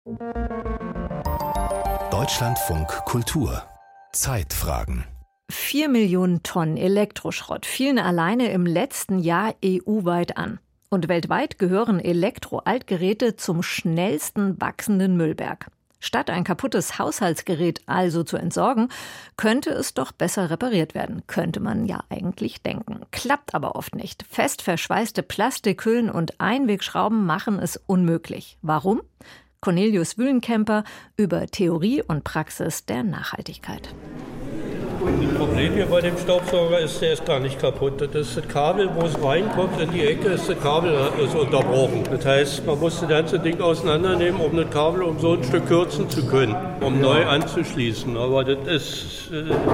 Deutschlandfunk Kultur Zeitfragen. 4 Millionen Tonnen Elektroschrott fielen alleine im letzten Jahr EU-weit an. Und weltweit gehören Elektro-Altgeräte zum schnellsten wachsenden Müllberg. Statt ein kaputtes Haushaltsgerät also zu entsorgen, könnte es doch besser repariert werden. Könnte man ja eigentlich denken. Klappt aber oft nicht. Fest verschweißte Plastikhüllen und Einwegschrauben machen es unmöglich. Warum? Cornelius Wühlenkemper über Theorie und Praxis der Nachhaltigkeit. Das Problem hier bei dem Staubsauger ist, der ist gar nicht kaputt. Das ist das Kabel, wo es reinkommt, in die Ecke ist das Kabel ist unterbrochen. Das heißt, man muss das ganze Ding auseinandernehmen, um das Kabel um so ein Stück kürzen zu können, um neu anzuschließen. Aber das ist...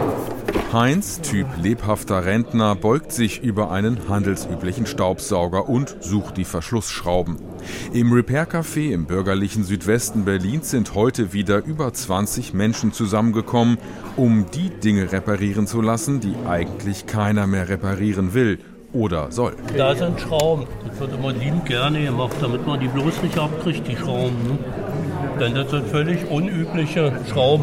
Heinz, Typ lebhafter Rentner, beugt sich über einen handelsüblichen Staubsauger und sucht die Verschlussschrauben. Im Repair-Café im bürgerlichen Südwesten Berlins sind heute wieder über 20 Menschen zusammengekommen, um die Dinge reparieren zu lassen, die eigentlich keiner mehr reparieren will oder soll. Da sind Schrauben. Das wird immer liebend gerne gemacht, damit man die bloß nicht abkriegt, die Schrauben. Ne? Denn das sind völlig unübliche Schrauben.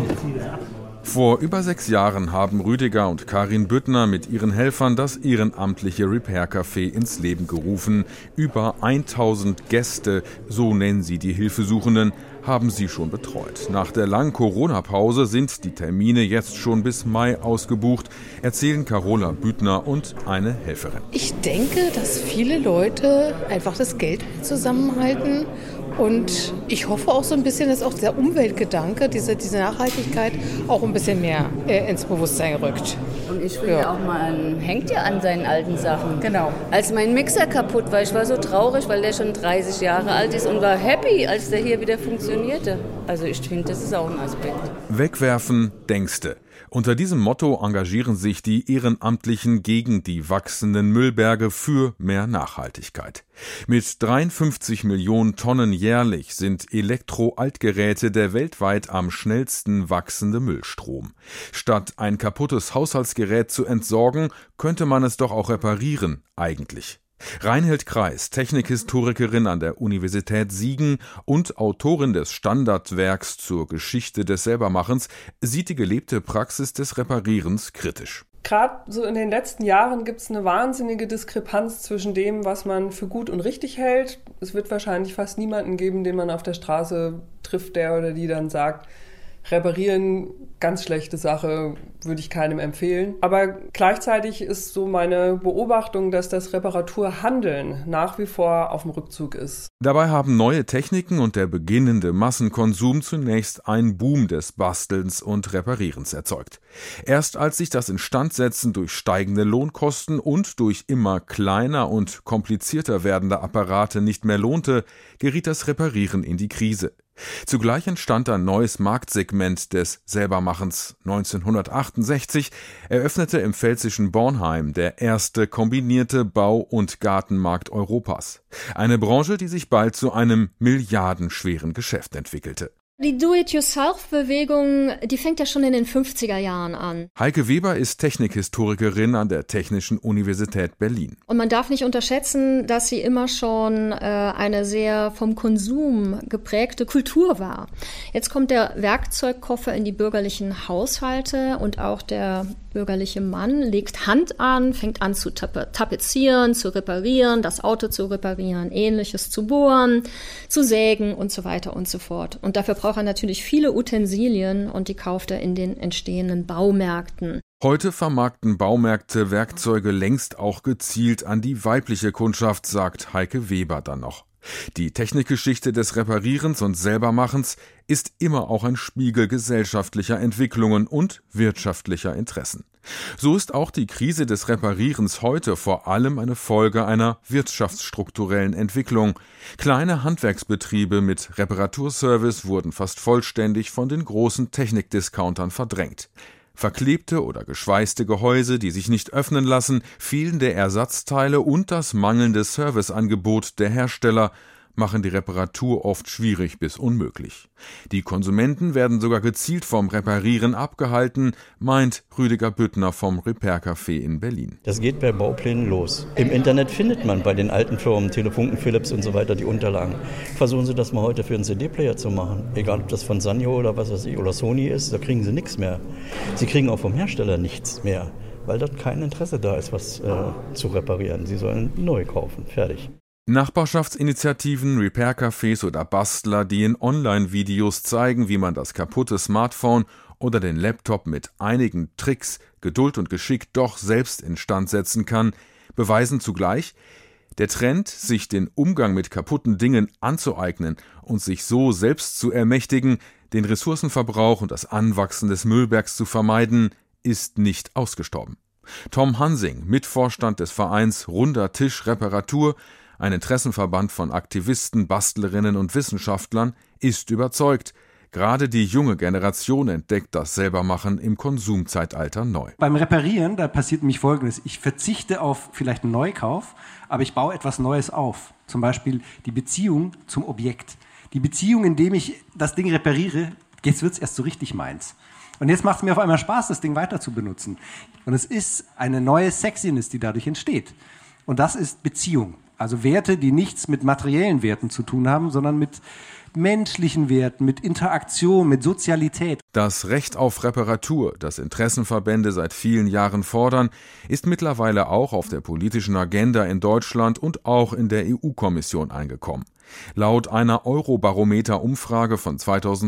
Vor über 6 Jahren haben Rüdiger und Karin Büttner mit ihren Helfern das ehrenamtliche Repair-Café ins Leben gerufen. Über 1000 Gäste, so nennen sie die Hilfesuchenden, haben sie schon betreut. Nach der langen Corona-Pause sind die Termine jetzt schon bis Mai ausgebucht, erzählen Carola Büttner und eine Helferin. Ich denke, dass viele Leute einfach das Geld zusammenhalten. Und ich hoffe auch so ein bisschen, dass auch der Umweltgedanke, diese Nachhaltigkeit auch ein bisschen mehr ins Bewusstsein rückt. Und ich finde auch, man hängt ja an seinen alten Sachen. Genau. Als mein Mixer kaputt war, ich war so traurig, weil der schon 30 Jahre alt ist und war happy, als der hier wieder funktionierte. Also ich finde, das ist auch ein Aspekt. Wegwerfen, denkste. Unter diesem Motto engagieren sich die Ehrenamtlichen gegen die wachsenden Müllberge für mehr Nachhaltigkeit. Mit 53 Millionen Tonnen jährlich sind Elektro-Altgeräte der weltweit am schnellsten wachsende Müllstrom. Statt ein kaputtes Haushaltsgerät zu entsorgen, könnte man es doch auch reparieren, eigentlich. Reinhild Kreis, Technikhistorikerin an der Universität Siegen und Autorin des Standardwerks zur Geschichte des Selbermachens, sieht die gelebte Praxis des Reparierens kritisch. Gerade so in den letzten Jahren gibt es eine wahnsinnige Diskrepanz zwischen dem, was man für gut und richtig hält. Es wird wahrscheinlich fast niemanden geben, den man auf der Straße trifft, der oder die dann sagt, reparieren, ganz schlechte Sache, würde ich keinem empfehlen. Aber gleichzeitig ist so meine Beobachtung, dass das Reparaturhandeln nach wie vor auf dem Rückzug ist. Dabei haben neue Techniken und der beginnende Massenkonsum zunächst einen Boom des Bastelns und Reparierens erzeugt. Erst als sich das Instandsetzen durch steigende Lohnkosten und durch immer kleiner und komplizierter werdende Apparate nicht mehr lohnte, geriet das Reparieren in die Krise. Zugleich entstand ein neues Marktsegment des Selbermachens. 1968 eröffnete im pfälzischen Bornheim der erste kombinierte Bau- und Gartenmarkt Europas. Eine Branche, die sich bald zu einem milliardenschweren Geschäft entwickelte. Die Do-it-yourself-Bewegung, die fängt ja schon in den 50er Jahren an. Heike Weber ist Technikhistorikerin an der Technischen Universität Berlin. Und man darf nicht unterschätzen, dass sie immer schon eine sehr vom Konsum geprägte Kultur war. Jetzt kommt der Werkzeugkoffer in die bürgerlichen Haushalte und auch der bürgerliche Mann legt Hand an, fängt an zu tapezieren, zu reparieren, das Auto zu reparieren, Ähnliches zu bohren, zu sägen und so weiter und so fort. Und dafür braucht er natürlich viele Utensilien und die kauft er in den entstehenden Baumärkten. Heute vermarkten Baumärkte Werkzeuge längst auch gezielt an die weibliche Kundschaft, sagt Heike Weber dann noch. Die Technikgeschichte des Reparierens und Selbermachens ist immer auch ein Spiegel gesellschaftlicher Entwicklungen und wirtschaftlicher Interessen. So ist auch die Krise des Reparierens heute vor allem eine Folge einer wirtschaftsstrukturellen Entwicklung. Kleine Handwerksbetriebe mit Reparaturservice wurden fast vollständig von den großen Technikdiscountern verdrängt. Verklebte oder geschweißte Gehäuse, die sich nicht öffnen lassen, fehlende Ersatzteile und das mangelnde Serviceangebot der Hersteller machen die Reparatur oft schwierig bis unmöglich. Die Konsumenten werden sogar gezielt vom Reparieren abgehalten, meint Rüdiger Büttner vom Repair Café in Berlin. Das geht bei Bauplänen los. Im Internet findet man bei den alten Firmen, Telefunken, Philips und so weiter, die Unterlagen. Versuchen Sie das mal heute für einen CD-Player zu machen. Egal, ob das von Sanyo oder was weiß ich oder Sony ist, da kriegen Sie nichts mehr. Sie kriegen auch vom Hersteller nichts mehr, weil dort kein Interesse da ist, was zu reparieren. Sie sollen neu kaufen. Fertig. Nachbarschaftsinitiativen, Repair-Cafés oder Bastler, die in Online-Videos zeigen, wie man das kaputte Smartphone oder den Laptop mit einigen Tricks, Geduld und Geschick doch selbst instand setzen kann, beweisen zugleich, der Trend, sich den Umgang mit kaputten Dingen anzueignen und sich so selbst zu ermächtigen, den Ressourcenverbrauch und das Anwachsen des Müllbergs zu vermeiden, ist nicht ausgestorben. Tom Hansing, Mitvorstand des Vereins Runder Tisch Reparatur, ein Interessenverband von Aktivisten, Bastlerinnen und Wissenschaftlern, ist überzeugt, gerade die junge Generation entdeckt das Selbermachen im Konsumzeitalter neu. Beim Reparieren, da passiert nämlich Folgendes. Ich verzichte auf vielleicht einen Neukauf, aber ich baue etwas Neues auf. Zum Beispiel die Beziehung zum Objekt. Die Beziehung, indem ich das Ding repariere, jetzt wird es erst so richtig meins. Und jetzt macht es mir auf einmal Spaß, das Ding weiter zu benutzen. Und es ist eine neue Sexiness, die dadurch entsteht. Und das ist Beziehung. Also Werte, die nichts mit materiellen Werten zu tun haben, sondern mit menschlichen Werten, mit Interaktion, mit Sozialität. Das Recht auf Reparatur, das Interessenverbände seit vielen Jahren fordern, ist mittlerweile auch auf der politischen Agenda in Deutschland und auch in der EU-Kommission angekommen. Laut einer Eurobarometer-Umfrage von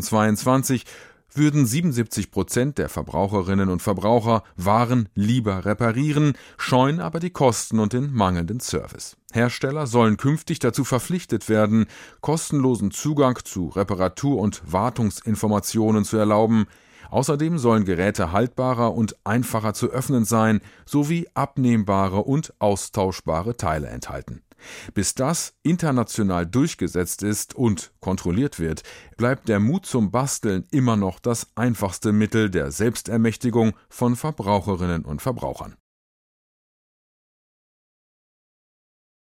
2022 würden 77% der Verbraucherinnen und Verbraucher Waren lieber reparieren, scheuen aber die Kosten und den mangelnden Service. Hersteller sollen künftig dazu verpflichtet werden, kostenlosen Zugang zu Reparatur- und Wartungsinformationen zu erlauben. Außerdem sollen Geräte haltbarer und einfacher zu öffnen sein, sowie abnehmbare und austauschbare Teile enthalten. Bis das international durchgesetzt ist und kontrolliert wird, bleibt der Mut zum Basteln immer noch das einfachste Mittel der Selbstermächtigung von Verbraucherinnen und Verbrauchern.